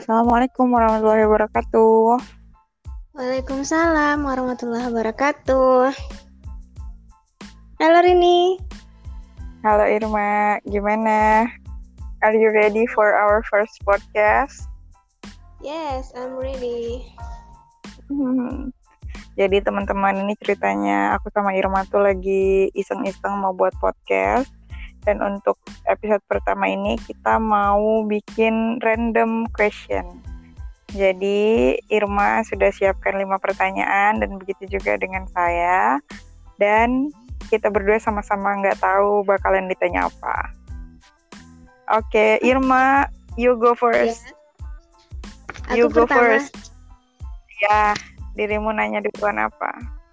Assalamualaikum warahmatullahi wabarakatuh. Waalaikumsalam warahmatullahi wabarakatuh. Halo Rini. Halo Irma, gimana? Are you ready for our first podcast? Yes, I'm ready. Jadi teman-teman, ini ceritanya aku sama Irma tuh lagi iseng-iseng mau buat podcast. Dan untuk episode pertama ini kita mau bikin random question. Jadi Irma sudah siapkan 5 pertanyaan dan begitu juga dengan saya. Dan kita berdua sama-sama nggak tahu bakalan ditanya apa. Oke, Irma, you go first. Aku pertama. First. Ya, dirimu nanya duluan apa?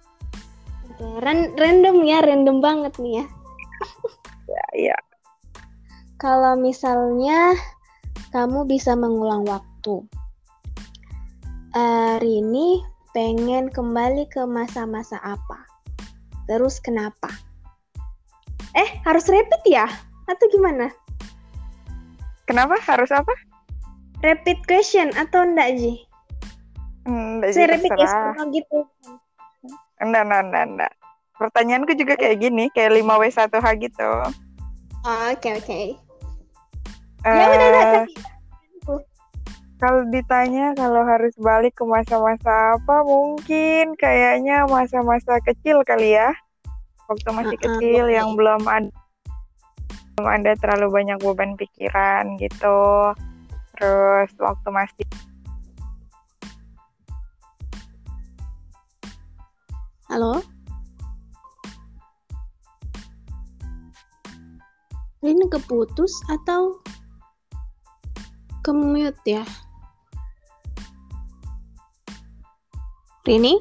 Random banget nih ya. Ya. Kalau misalnya kamu bisa mengulang waktu, Rini pengen kembali ke masa-masa apa? Terus kenapa? Harus repeat ya? Atau gimana? Kenapa? Harus apa? Repeat question atau enggak, Ji? Enggak, Saya repeat yes terserah. or no gitu. Enggak. Pertanyaanku juga kayak gini, kayak 5W1H gitu. Oke. Ya udah. Kalau ditanya kalau harus balik ke masa-masa apa, mungkin kayaknya masa-masa kecil kali ya. Waktu masih kecil yang belum ada terlalu banyak beban pikiran gitu. Terus waktu masih Halo? Ini keputus atau ke-mute ya? Rini?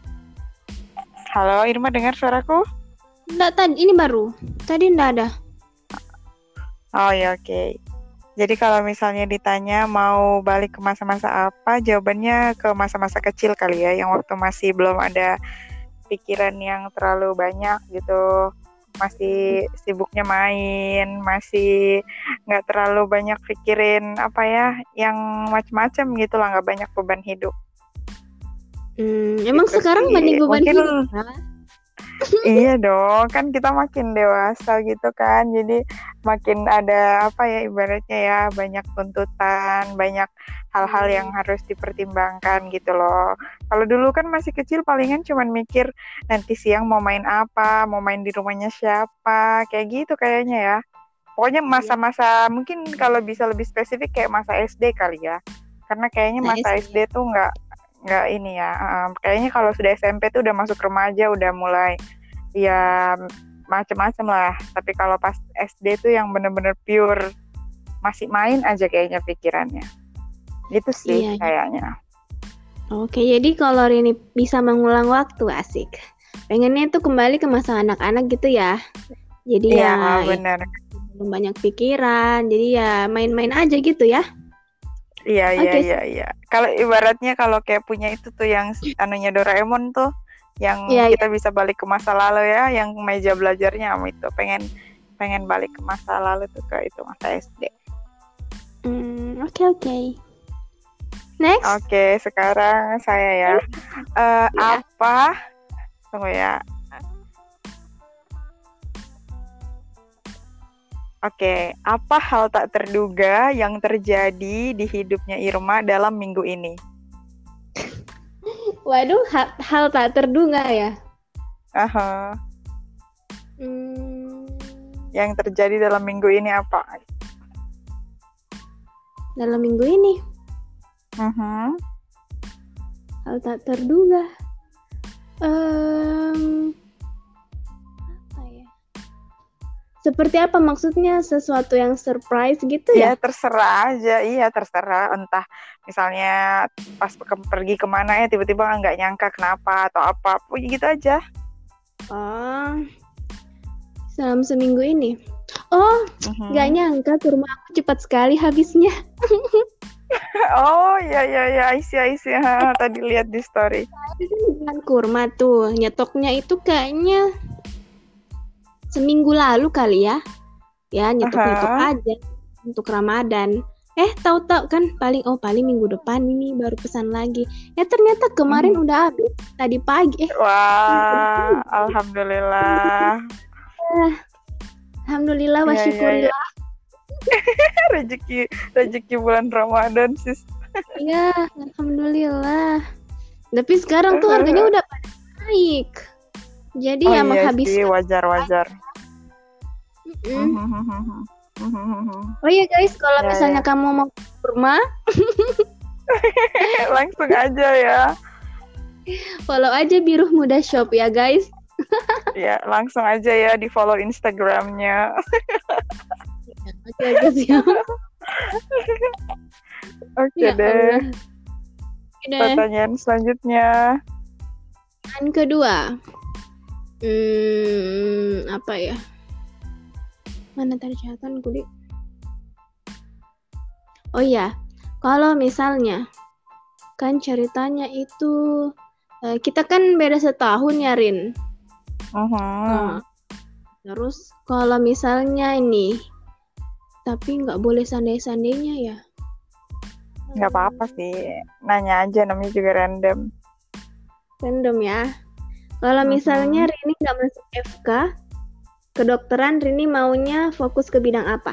Halo, Irma dengar suaraku? Enggak, tadi ini baru. Tadi enggak ada. Oh ya, oke. Jadi kalau misalnya ditanya mau balik ke masa-masa apa, jawabannya ke masa-masa kecil kali ya, yang waktu masih belum ada pikiran yang terlalu banyak gitu, masih sibuknya main, masih nggak terlalu banyak pikirin apa ya, yang macam-macam gitu lah, nggak banyak beban hidup. Emang Gitu sekarang sih. banyak beban Mungkin hidup? Iya dong, kan kita makin dewasa gitu kan, jadi makin ada apa ya, ibaratnya ya, banyak tuntutan, banyak hal-hal yang harus dipertimbangkan gitu loh. Kalau dulu kan masih kecil palingan cuman mikir nanti siang mau main apa, mau main di rumahnya siapa, kayak gitu kayaknya ya. Pokoknya masa-masa mungkin kalau bisa lebih spesifik kayak masa SD kali ya, karena kayaknya masa SD tuh nggak ini ya, kayaknya kalau sudah SMP tuh udah masuk remaja, udah mulai ya macem-macem lah. Tapi kalau pas SD tuh yang bener-bener pure masih main aja kayaknya pikirannya. Gitu sih kayaknya. Oke, jadi kalau Rini bisa mengulang waktu, asik. Pengennya tuh kembali ke masa anak-anak gitu ya. Jadi ya benar. Belum banyak pikiran, jadi ya main-main aja gitu ya. Iya. Kalau ibaratnya kalau kayak punya itu tuh yang anunya Doraemon tuh, yang kita bisa balik ke masa lalu ya, yang meja belajarnya itu pengen balik ke masa lalu tuh, ke itu masa SD. Oke. Next. Oke, sekarang saya ya. Apa? Tunggu ya. Oke, apa hal tak terduga yang terjadi di hidupnya Irma dalam minggu ini? Waduh, hal tak terduga ya? Yang terjadi dalam minggu ini apa? Dalam minggu ini? Hal tak terduga. Seperti apa maksudnya? Sesuatu yang surprise gitu ya? Ya terserah aja, terserah. Entah misalnya pas pergi kemana ya tiba-tiba nggak nyangka kenapa atau apa, gitu aja. Dalam seminggu ini? Nggak nyangka kurma aku cepat sekali habisnya. Oh iya, isi. Tadi lihat di story. Dengan kurma tuh, nyetoknya itu kayaknya seminggu lalu kali ya. Ya, nyetok-nyetok aja untuk Ramadan. Tahu-tahu kan paling minggu depan ini baru pesan lagi. Ternyata kemarin udah habis tadi pagi. Wah, alhamdulillah. Alhamdulillah wa Iya, iya, iya. syukurillah. Rezeki bulan Ramadan, sis. Iya, alhamdulillah. Tapi sekarang tuh harganya udah pada naik. Jadi Oh ya iya sih, menghabiskan. wajar. Oh iya guys, kalau Ya, misalnya ya. kamu mau kurma, Langsung aja ya. follow aja Biruh Muda Shop ya guys. Ya, langsung aja ya di follow Instagramnya. Oke siap. Oke Ya deh. Allah. Oke deh. Pertanyaan selanjutnya. Yang kedua, apa ya? Mana tadi catatan gue? Oh iya, kalau misalnya kan ceritanya itu kita kan beda setahun ya Rin. Nah, terus kalau misalnya ini, tapi nggak boleh sandai-sandainya ya? Nggak apa-apa sih, nanya aja, namanya juga random. Random ya. Kalau misalnya Rini nggak masuk FK, kedokteran Rini maunya fokus ke bidang apa?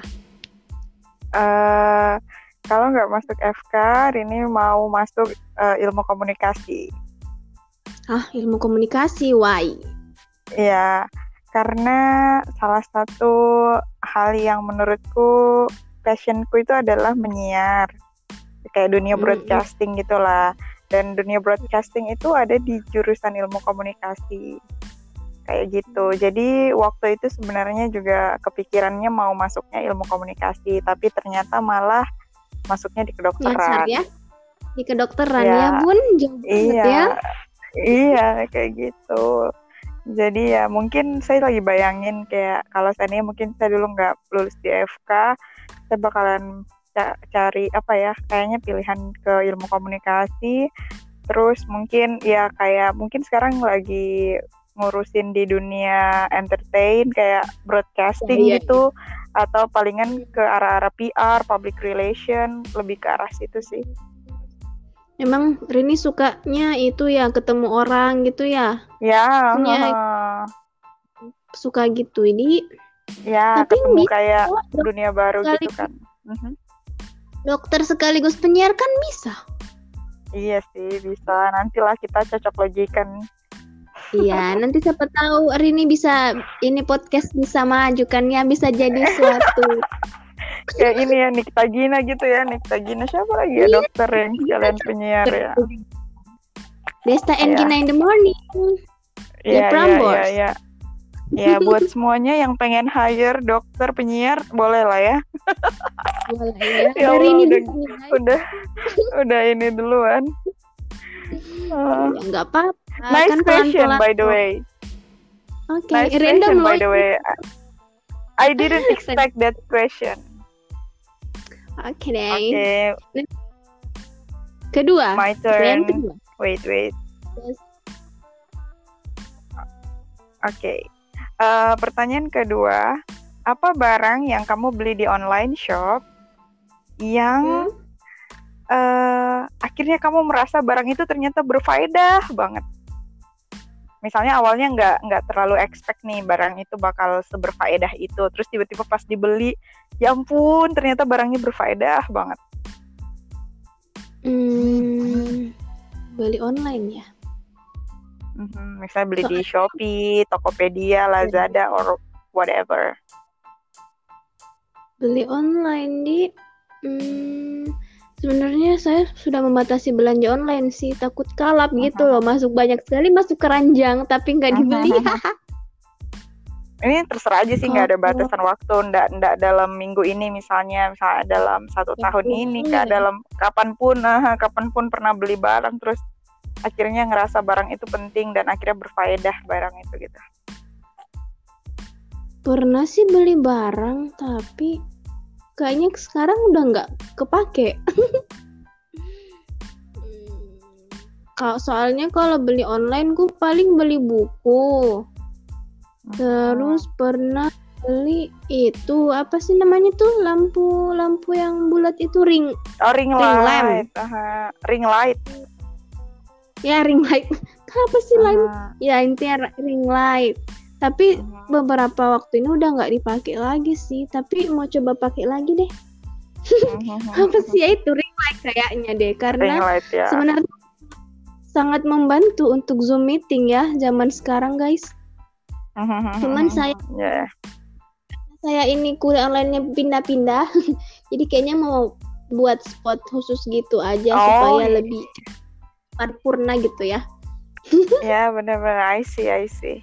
Kalau nggak masuk FK, Rini mau masuk ilmu komunikasi. Ilmu komunikasi, why? Iya, karena salah satu hal yang menurutku passionku itu adalah menyiar, kayak dunia broadcasting gitulah. Dan dunia broadcasting itu ada di jurusan ilmu komunikasi, kayak gitu. Jadi waktu itu sebenarnya juga kepikirannya mau masuknya ilmu komunikasi, tapi ternyata malah masuknya di kedokteran. Ya, di kedokteran ya Bun, jauh banget ya. Iya, kayak gitu. Jadi ya mungkin saya lagi bayangin kayak kalau seandainya mungkin saya dulu nggak lulus di FK, saya bakalan cari apa ya, kayaknya pilihan ke ilmu komunikasi. Terus mungkin ya kayak mungkin sekarang lagi ngurusin di dunia entertain kayak broadcasting gitu, atau palingan ke arah-arah PR, public relation, lebih ke arah situ sih. Emang Rini sukanya itu ya ketemu orang gitu ya? Ya, suka gitu ini. Ya, tapi ketemu kayak dunia baru gitu kan. Dokter sekaligus penyiar kan bisa? Iya sih, bisa. Nantilah kita cocok logikan. Iya, nanti siapa tahu Rini bisa, ini podcast bisa majukannya, bisa jadi suatu. Kayak ini ya, Nikta Gina gitu ya. Nikta Gina siapa lagi ya dokter yang sekalian penyiar ya? Desta and Gina in the morning. Iya. Ya, buat semuanya yang pengen hire dokter penyiar, boleh lah ya. Boleh ya. Ya Dari Allah, ini udah ini duluan. Nggak apa-apa. Nice kan question pelan-pelan. by the way. Oke, nice random question by the way. I didn't expect that question. Oke deh. Oke. Kedua. My turn. Yang kedua. Wait. Yes. Oke. Pertanyaan kedua, apa barang yang kamu beli di online shop yang akhirnya kamu merasa barang itu ternyata berfaedah banget? Misalnya awalnya nggak terlalu expect nih barang itu bakal seberfaedah itu, terus tiba-tiba pas dibeli, ya ampun ternyata barangnya berfaedah banget. Beli online ya? Misalnya beli di Shopee, Tokopedia, Lazada, or whatever. Beli online di sebenarnya saya sudah membatasi belanja online sih, takut kalap gitu loh, masuk banyak sekali, masuk keranjang tapi nggak dibeli. Ini terserah aja sih, nggak ada batasan waktu, nggak dalam minggu ini misalnya dalam 1 tahun ini, dalam kapanpun pernah beli barang terus akhirnya ngerasa barang itu penting dan akhirnya berfaedah barang itu gitu. Pernah sih beli barang tapi kayaknya sekarang udah nggak kepake. Soalnya kalau beli online gue paling beli buku. Terus pernah beli itu apa sih namanya tuh lampu yang bulat itu ring ring lamp. light. Ring light. Ya ring light. Apa sih lamp? Ya intinya ring light. Tapi beberapa waktu ini udah nggak dipakai lagi sih. Tapi mau coba pakai lagi deh. Apa sih ya itu ring light kayaknya deh, karena light, ya. Sebenarnya sangat membantu untuk Zoom meeting ya zaman sekarang guys. Cuman saya ini kuliah online-nya pindah-pindah. Jadi kayaknya mau buat spot khusus gitu aja supaya lebih paripurna gitu ya. Ya benar-benar, I see.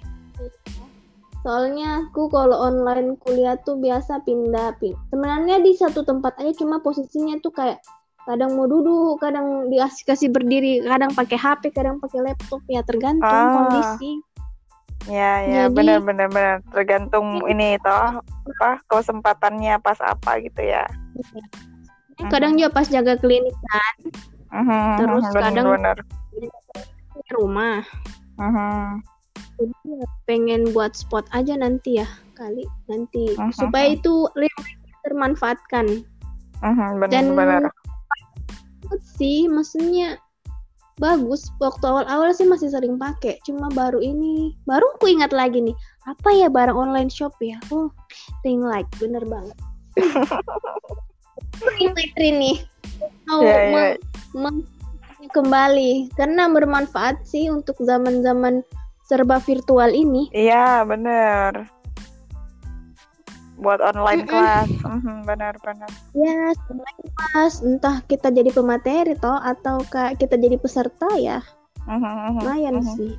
Soalnya aku kalau online kuliah tuh biasa pindah. Sebenarnya di satu tempat aja, cuma posisinya tuh kayak kadang mau duduk, kadang dikasih berdiri, kadang pakai HP, kadang pakai laptop, ya tergantung kondisi. Ya benar-benar tergantung ini toh kesempatannya pas apa gitu ya. Kadang juga pas jaga klinik kan. Terus kadang di rumah. Jadi pengen buat spot aja nanti ya kali nanti supaya itu lebih termanfaatkan. Benar. Sih maksudnya bagus. Waktu awal-awal sih masih sering pakai, cuma baru aku ingat lagi nih, apa ya barang online shop ya, ring light, bener banget. Ring light ini kembali karena bermanfaat sih untuk zaman-zaman serba virtual ini. Iya bener, buat online kelas. Benar. Ya, online kelas, entah kita jadi pemateri toh atau kita jadi peserta ya. Lumayan sih.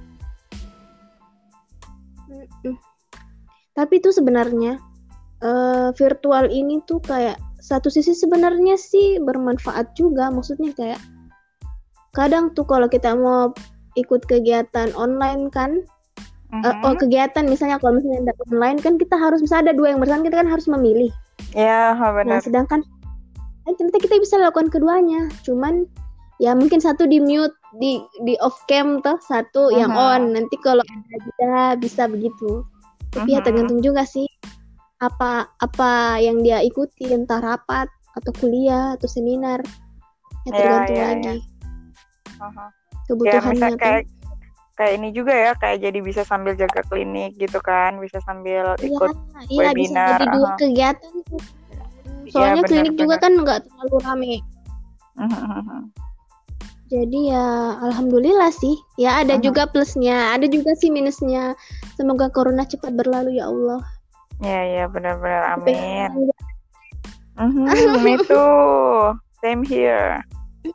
Tapi itu sebenarnya virtual ini tuh kayak satu sisi sebenarnya sih bermanfaat juga. Maksudnya kayak kadang tuh kalau kita mau ikut kegiatan online kan, kegiatan misalnya kalau misalnya online kan kita harus misalnya ada 2 yang bersama, kita kan harus memilih. Ya benar. Nah sedangkan ternyata kita bisa lakukan keduanya, cuman ya mungkin satu di mute, di off cam toh, satu yang on. Nanti kalau ada bisa begitu. Tapi ya tergantung juga sih apa yang dia ikuti, entah rapat atau kuliah atau seminar, ya tergantung lagi kebutuhannya. Ya, kayak ini juga ya, kayak jadi bisa sambil jaga klinik gitu kan, bisa sambil ikut webinar. Iya, bisa jadi 2 kegiatan tuh. Soalnya klinik juga kan nggak terlalu rame. Jadi ya alhamdulillah sih. Ya ada juga plusnya, ada juga sih minusnya. Semoga corona cepat berlalu ya Allah. Ya benar-benar, amin. Me too, same here.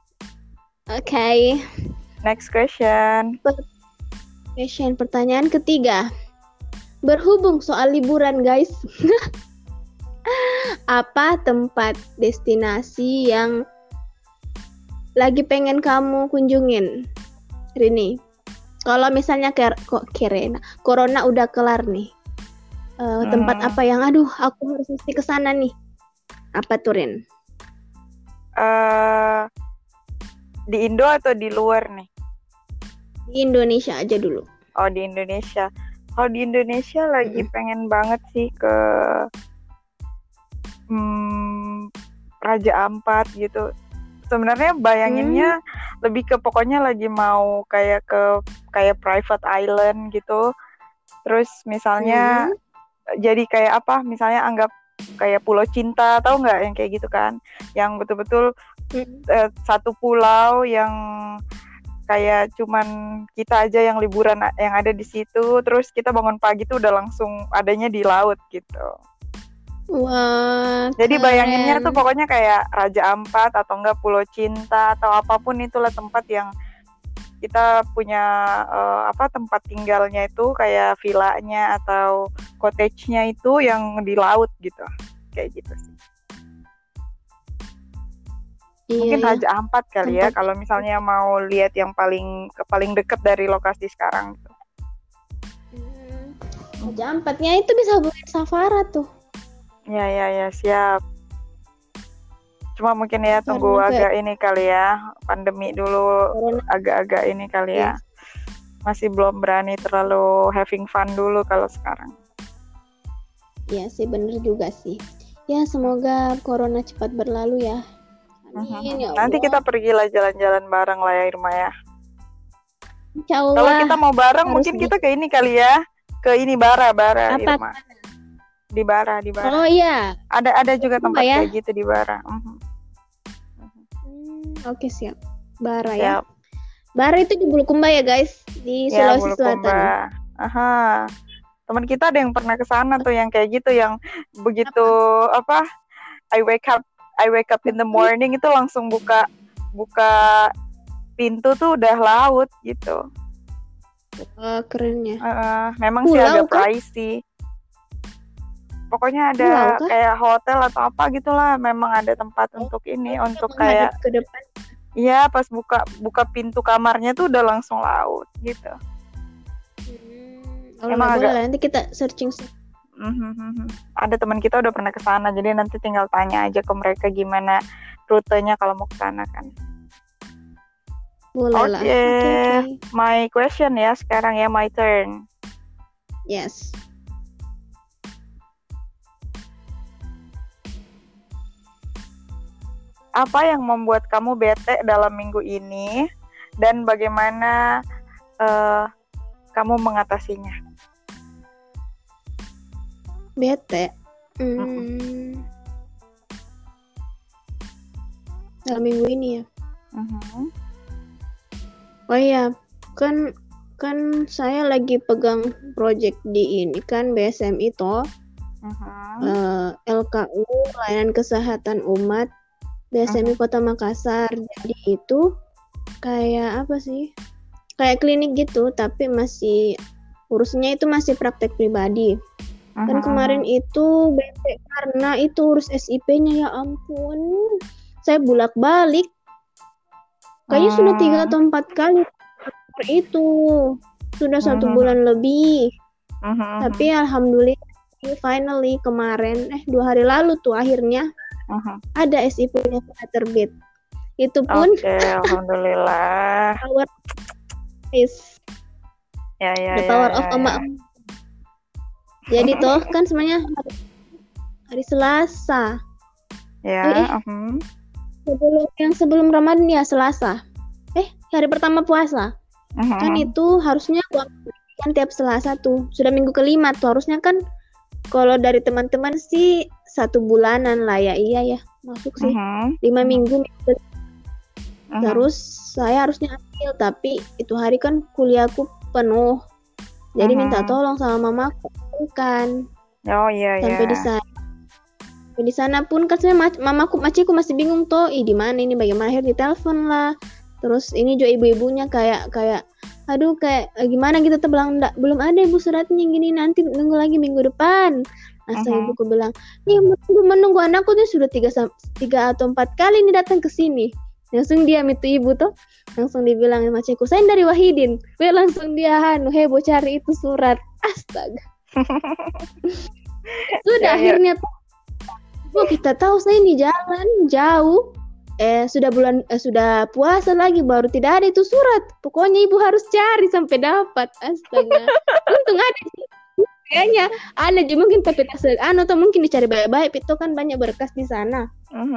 Okay. Next question. Pertanyaan ketiga. Berhubung soal liburan guys. Apa tempat destinasi yang lagi pengen kamu kunjungin, Rini? Kalau misalnya corona udah kelar nih, tempat apa yang aku harus mesti kesana nih? Apa tuh, Rin? Di Indo atau di luar nih? Di Indonesia aja dulu. Oh, di Indonesia. Kalau di Indonesia lagi pengen banget sih ke Raja Ampat gitu. Sebenarnya bayanginnya lebih ke pokoknya lagi mau kayak private island gitu. Terus misalnya jadi kayak apa? Misalnya anggap kayak Pulau Cinta, tahu nggak yang kayak gitu kan? Yang betul-betul satu pulau yang kayak cuman kita aja yang liburan yang ada di situ. Terus kita bangun pagi tuh udah langsung adanya di laut gitu. Wah, jadi bayanginnya tuh pokoknya kayak Raja Ampat atau enggak Pulau Cinta atau apapun itulah tempat yang kita punya tempat tinggalnya itu kayak villanya atau cottage-nya itu yang di laut gitu. Kayak gitu sih. Mungkin Raja Ampat kali ya kalau misalnya mau lihat yang paling dekat dari lokasi sekarang gitu. Raja Ampatnya itu bisa buat Safara tuh. Ya siap. Cuma mungkin ya tunggu agak ini kali ya, pandemi dulu agak-agak ini kali ya. Masih belum berani terlalu having fun dulu kalau sekarang. Iya sih, bener juga sih. Ya, semoga corona cepat berlalu ya. Amin ya Nanti Allah. kita pergilah jalan-jalan bareng lah ya Irma ya. Insya Kalau Allah. kita mau bareng harus mungkin kita ke ini kali ya. Ke ini Bara Apa? Irma. Di Bara. Oh iya. Ada juga tempat ya? kayak gitu di Bara. Oke, siap. Bara ya. Siap. Bara itu di Bulukumba ya guys, di Ya, Sulawesi Selatan. Bulukumba. Aha. Teman kita ada yang pernah ke sana tuh yang kayak gitu, yang begitu apa? I wake up in the morning itu langsung buka pintu tuh udah laut gitu. Kerennya. Memang sih agak pricey. Pokoknya ada kayak hotel atau apa gitulah. Memang ada tempat untuk ini, untuk kayak ke depan. Iya, pas buka pintu kamarnya tuh udah langsung laut gitu. Emang agak boleh, nanti kita searching. Ada teman kita udah pernah ke sana, jadi nanti tinggal tanya aja ke mereka gimana rutenya kalau mau ke sana kan. Boleh lah. Okay. My question ya sekarang ya, my turn. Yes. Apa yang membuat kamu bete dalam minggu ini dan bagaimana kamu mengatasinya? Bete? Dalam minggu ini ya? Oh iya, kan saya lagi pegang project di ini kan BSMI toh, LKU Layanan Kesehatan Umat BSMI Kota Makassar. Jadi itu kayak apa sih? Kayak klinik gitu, tapi urusnya itu masih praktek pribadi. Dan kemarin itu bete karena itu urus SIP-nya, ya ampun. Saya bolak-balik. Kayaknya sudah 3 atau 4 kali itu. Sudah 1 bulan lebih. Tapi alhamdulillah finally kemarin 2 hari lalu tuh akhirnya ada SIP-nya terbit. Itu pun alhamdulillah. Power is the power of emak. Jadi toh kan semuanya hari Selasa. Sebelum Ramadan ya Selasa. Hari pertama puasa. Kan itu harusnya kan tiap Selasa tuh. Sudah minggu kelima tuh harusnya kan. Kalau dari teman-teman sih 1 bulanan lah ya. Iya ya, masuk sih 5 minggu. Terus saya harusnya ambil, tapi itu hari kan kuliahku penuh. Jadi minta tolong sama mamaku kan. Oh iya. Sampai di sana pun kan saya maciku masih bingung toh, di mana ini, bagaimana, akhirnya ditelepon lah. Terus ini juga ibu-ibunya kayak aduh kayak gimana gitu tuh, bilang belum ada ibu suratnya gini, nanti nunggu lagi minggu depan. Saya ibuku bilang, "Ya menunggu anakku tuh sudah 3 atau 4 kali ini datang ke sini." Langsung dia itu ibu tuh langsung dibilang sama cekku, "Saya dari Wahidin." Langsung dia heboh cari itu surat. Astaga. Sudah akhirnya kita tahu saya ini jalan jauh. Sudah puasa lagi baru tidak ada itu surat. Pokoknya ibu harus cari sampai dapat. Astaga. Untung ada sih. Kayaknya ada juga mungkin tapi atau mungkin dicari baik-baik, itu kan banyak berkas di sana.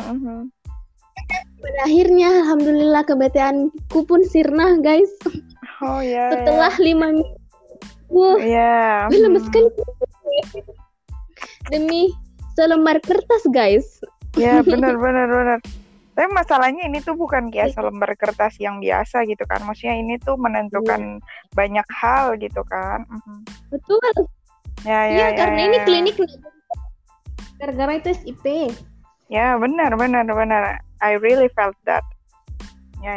Pada akhirnya alhamdulillah kebeteanku pun sirna guys. Oh ya. Setelah 5 minggu. Lemes sekali. Demi selembar kertas guys. Ya benar. Tapi masalahnya ini tuh bukan kayak selembar kertas yang biasa gitu kan. Maksudnya ini tuh menentukan banyak hal gitu kan. Betul. Iya, karena ini klinik gara-gara itu SIP. Ya benar. I really felt that. Ya.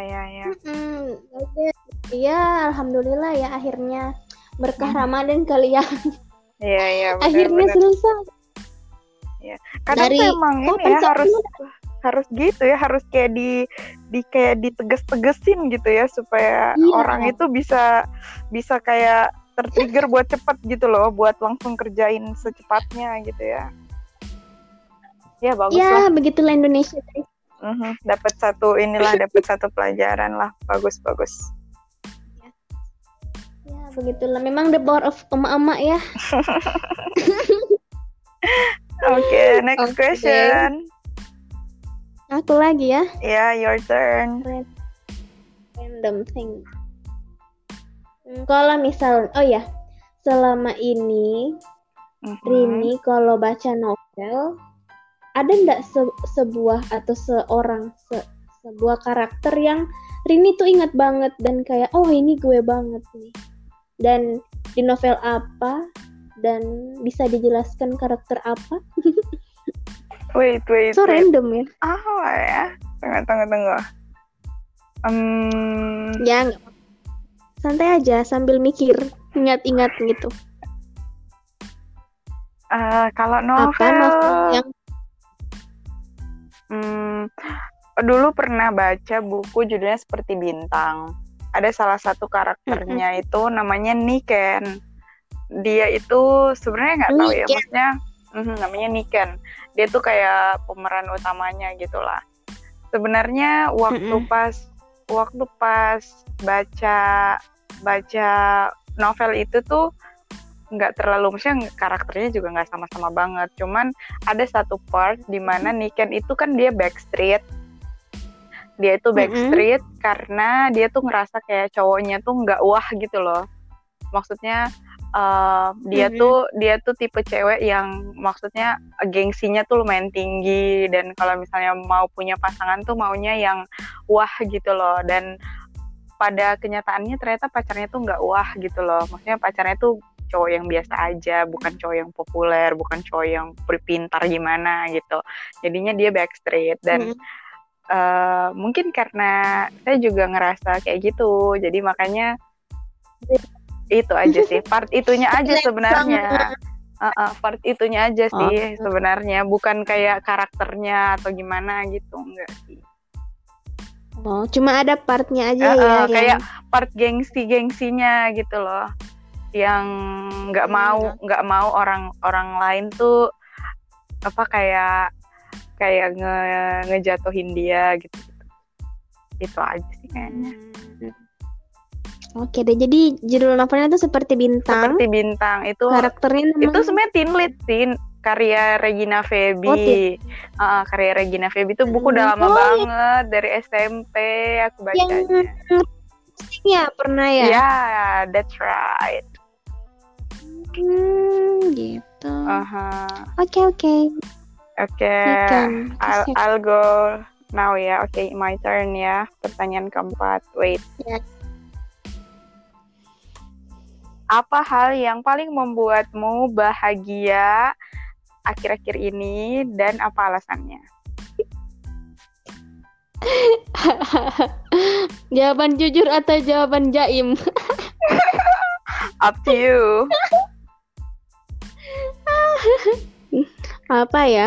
Iya, alhamdulillah ya akhirnya berkah Ramadan kali ya. Iya. Akhirnya selesai. Ya. Kadang tuh emang ini ya harus gitu ya, harus kayak kayak diteges-tegesin gitu ya supaya orang itu bisa kayak tertrigger buat cepet gitu loh, buat langsung kerjain secepatnya gitu ya. Ya bagus lah. Ya begitulah Indonesia. Dapat satu pelajaran lah, bagus. Ya begitulah, memang the power of emak-emak ya. Oke, next Oke. question. Aku lagi ya. Ya, your turn. Random thing. Kalau misal, oh ya, selama ini Rini kalau baca novel, ada nggak sebuah atau sebuah karakter yang Rini tuh ingat banget dan kayak, oh ini gue banget nih. Dan di novel apa? Dan bisa dijelaskan karakter apa? Wait. So random ya? Ya? Tunggu. Ya nggak. Santai aja sambil mikir, ingat-ingat gitu. Kalau novel, apa novel yang dulu pernah baca buku judulnya Seperti Bintang. Ada salah satu karakternya itu namanya Niken. Dia itu sebenarnya nggak tahu ya, maksudnya namanya Niken. Dia tuh kayak pemeran utamanya gitulah. Sebenarnya waktu pas baca novel itu tuh nggak terlalu, maksudnya karakternya juga nggak sama-sama banget. Cuman ada satu part di mana Niken itu kan dia backstreet. Dia itu backstreet karena dia tuh ngerasa kayak cowoknya tuh nggak wah gitu loh. Maksudnya dia tuh tipe cewek yang maksudnya gengsinya tuh lumayan tinggi, dan kalau misalnya mau punya pasangan tuh maunya yang wah gitu loh. Dan pada kenyataannya ternyata pacarnya tuh nggak wah gitu loh. Maksudnya pacarnya tuh cowok yang biasa aja, bukan cowok yang populer, bukan cowok yang pintar gimana gitu. Jadinya dia backstreet. Dan mungkin karena saya juga ngerasa kayak gitu, jadi makanya itu aja sih, part itunya aja sebenarnya. Part itunya aja sih sebenarnya, bukan kayak karakternya atau gimana gitu, enggak sih. Oh, cuma ada partnya aja ya. Kayak part gengsinya gitu loh, yang nggak mau orang lain tuh apa kayak ngejatuhin dia gitu. Itu aja sih kayaknya. Oke deh, jadi judul novelnya itu Seperti Bintang. Seperti Bintang itu karakternya itu sebenarnya teen lead sih, karya Regina Feby. Karya Regina Feby itu buku udah lama banget, dari SMP aku bacanya. Ya pernah ya? Ya, that's right. Gitu. Oke. I'll go now ya. Oke, my turn ya. Pertanyaan keempat. Wait. Yes. Apa hal yang paling membuatmu bahagia akhir-akhir ini dan apa alasannya? Jawaban jujur atau jawaban jaim? Up to you. Apa ya?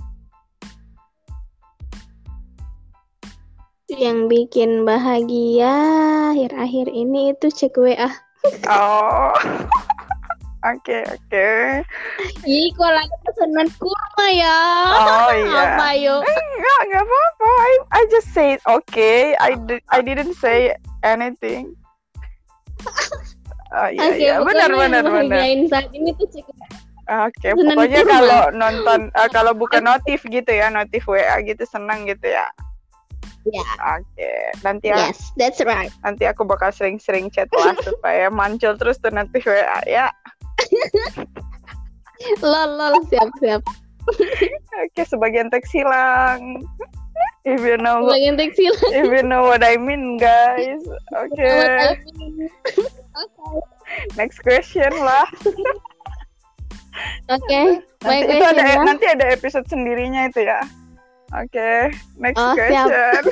Yang bikin bahagia akhir-akhir ini itu cek WA. Oh. Oke. Ih, kok lagi pesanan kurma ya? Oh iya. Apa yuk? Enggak apa-apa. I just say okay. I didn't say anything. Oh iya. Benar. Bahagiain saat ini tuh cek WA. Oke, pokoknya kalau nonton, kalau buka notif gitu ya, notif WA gitu, senang gitu ya. Ya. Oke, nanti Yes, that's right. Nanti aku bakal sering-sering chat lah supaya muncul terus tuh notif WA ya. Lol, siap. Oke, sebagian teks hilang. If you know what I mean, guys. Oke. Next question lah. Oke. Nanti ada episode sendirinya itu ya. Oke, next question.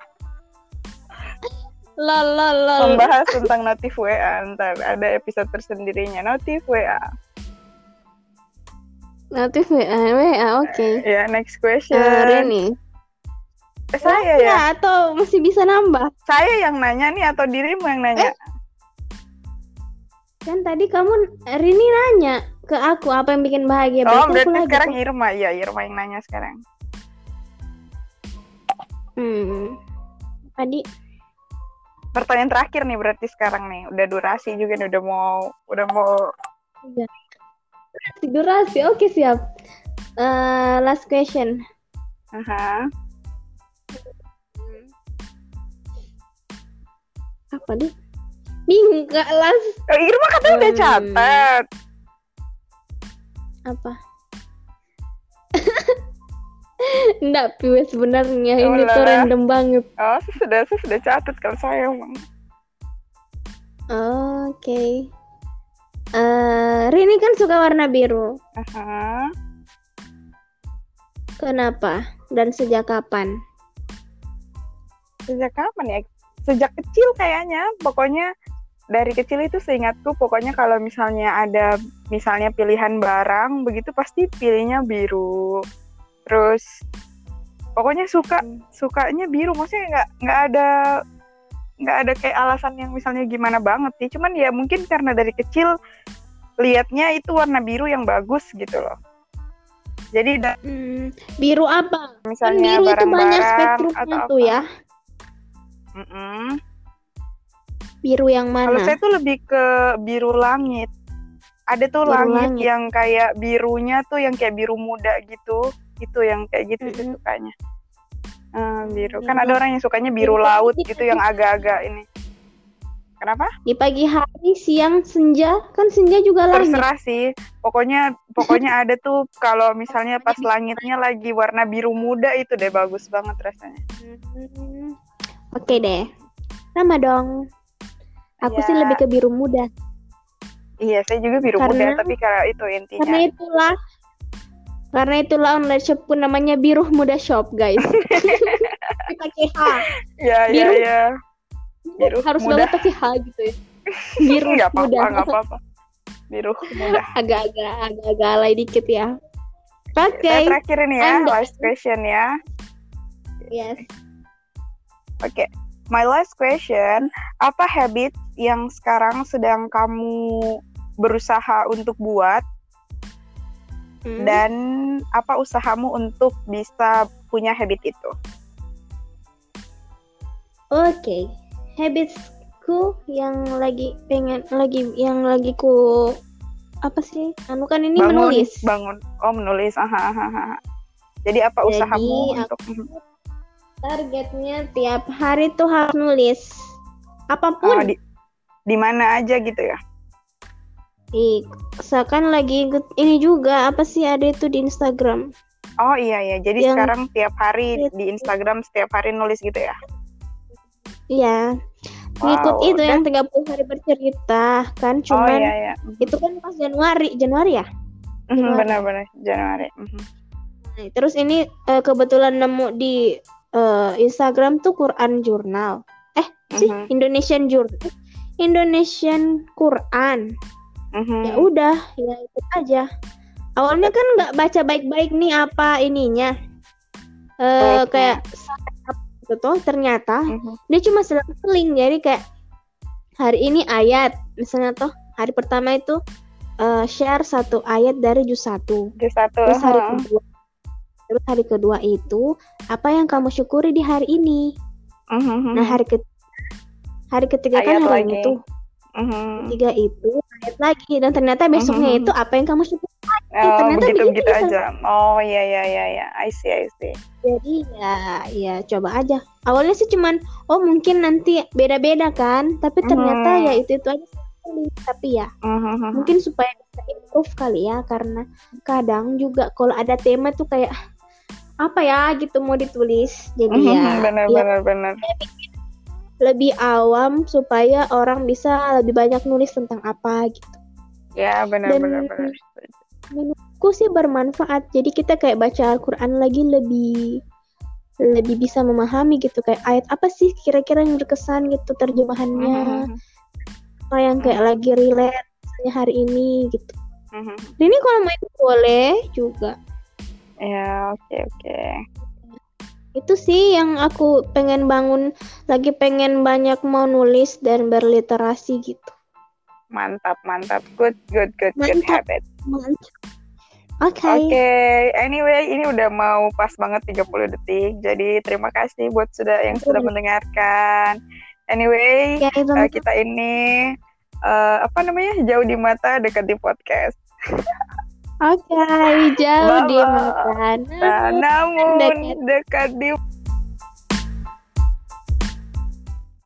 Lol. Membahas tentang notif WA, ntar ada episode tersendirinya, notif WA. Notif WA, oke. Ya, next question. Rini. Saya ya? Atau masih bisa nambah? Saya yang nanya nih atau dirimu yang nanya? Kan tadi Rini nanya ke aku apa yang bikin bahagia. Berarti sekarang Irma. Iya, Irma yang nanya sekarang. Tadi pertanyaan terakhir nih berarti sekarang nih, udah durasi juga nih, udah mau ya. Durasi. Oke, siap. Last question. Aha. Apa deh? Bingung Kak Las. Oh, Irma katanya udah catat. Apa? Enggak, Piwe sebenarnya ini tuh random banget. Oh, saya sudah catat kalau saya emang. Oke. Rini kan suka warna biru. Aha. Kenapa? Dan sejak kapan? Sejak kapan ya? Sejak kecil kayaknya. Pokoknya dari kecil itu seingatku, pokoknya kalau misalnya ada misalnya pilihan barang begitu pasti pilihnya biru. Terus pokoknya sukanya biru, maksudnya nggak ada kayak alasan yang misalnya gimana banget sih, cuman ya mungkin karena dari kecil liatnya itu warna biru yang bagus gitu loh. Jadi biru apa? misalnya Kan biru itu barang-barang banyak spektrumnya atau tuh apa. ya. Biru yang Kalau mana? saya tuh lebih ke biru langit. Ada tuh Biru langit langit. yang kayak birunya tuh yang kayak biru muda gitu. Itu yang kayak gitu sih sukanya. Biru. Kan ada orang yang sukanya biru laut gitu yang agak-agak ini. Kenapa? Di pagi hari, siang, senja, kan senja juga langit. Terserah sih. Pokoknya ada tuh kalau misalnya pas langitnya lagi warna biru muda itu deh bagus banget rasanya. Oke deh. Sama dong. Aku sih lebih ke biru muda. Iya, saya juga biru muda, tapi kalau itu intinya. Karena itulah online shop pun namanya Biru Muda Shop, guys. Pakai H. Iya. Biru harus muda. banget pakai H gitu ya. Biru muda. Nggak apa-apa. Biru muda. Agak alay dikit ya. Oke. Terakhir ini ya, last question ya. Yes. Oke. My last question, apa habit yang sekarang sedang kamu berusaha untuk buat dan apa usahamu untuk bisa punya habit itu? Oke. Habitsku yang lagi ku apa sih? Kan ini menulis. Menulis. Jadi apa usahamu untuk targetnya tiap hari tuh harus nulis apapun. Di mana aja gitu ya? Misalkan lagi ini juga apa sih ada itu di Instagram. Oh iya. Jadi sekarang tiap hari di Instagram setiap hari nulis gitu ya? Iya. Ngikut itu yang 30 hari bercerita kan, cuman itu kan pas Januari ya? Benar-benar Januari. Nah, terus ini kebetulan nemu di Instagram tuh Quran Journal. Indonesian Quran. Ya udah, ya itu aja. Awalnya kan nggak baca baik-baik nih apa ininya. Kayak gitu, ternyata dia cuma selang-seling. Jadi kayak hari ini ayat, misalnya tuh hari pertama itu share satu ayat dari juz 1. Terus hari kedua itu apa yang kamu syukuri di hari ini. Nah hari ketiga kan hari ini tuh. Ketiga itu ayat lagi, dan ternyata besoknya itu apa yang kamu syukuri. Ternyata begitu aja. Oh iya. I see. Jadi ya coba aja. Awalnya sih cuman mungkin nanti beda-beda kan, tapi ternyata ya itu aja. Tapi ya mungkin supaya bisa improve kali ya, karena kadang juga kalau ada tema tuh kayak apa ya gitu mau ditulis. Jadi benar. Lebih awam supaya orang bisa lebih banyak nulis tentang apa gitu. Ya benar. Menurutku sih bermanfaat. Jadi kita kayak baca Al-Quran lagi lebih bisa memahami gitu, kayak ayat apa sih kira-kira yang berkesan gitu terjemahannya, apa yang kayak lagi relate misalnya hari ini gitu. Ini kalau mau itu boleh juga. Ya oke. Itu sih yang aku pengen bangun, lagi pengen banyak mau nulis dan berliterasi gitu. Mantap. Good habit. Mantap. Oke. Anyway, ini udah mau pas banget 30 detik. Jadi terima kasih buat sudah mendengarkan. Anyway, kita ini jauh di mata dekat di podcast. Oke, jauh di Bye-bye. mata, Namun namun dekat dekat di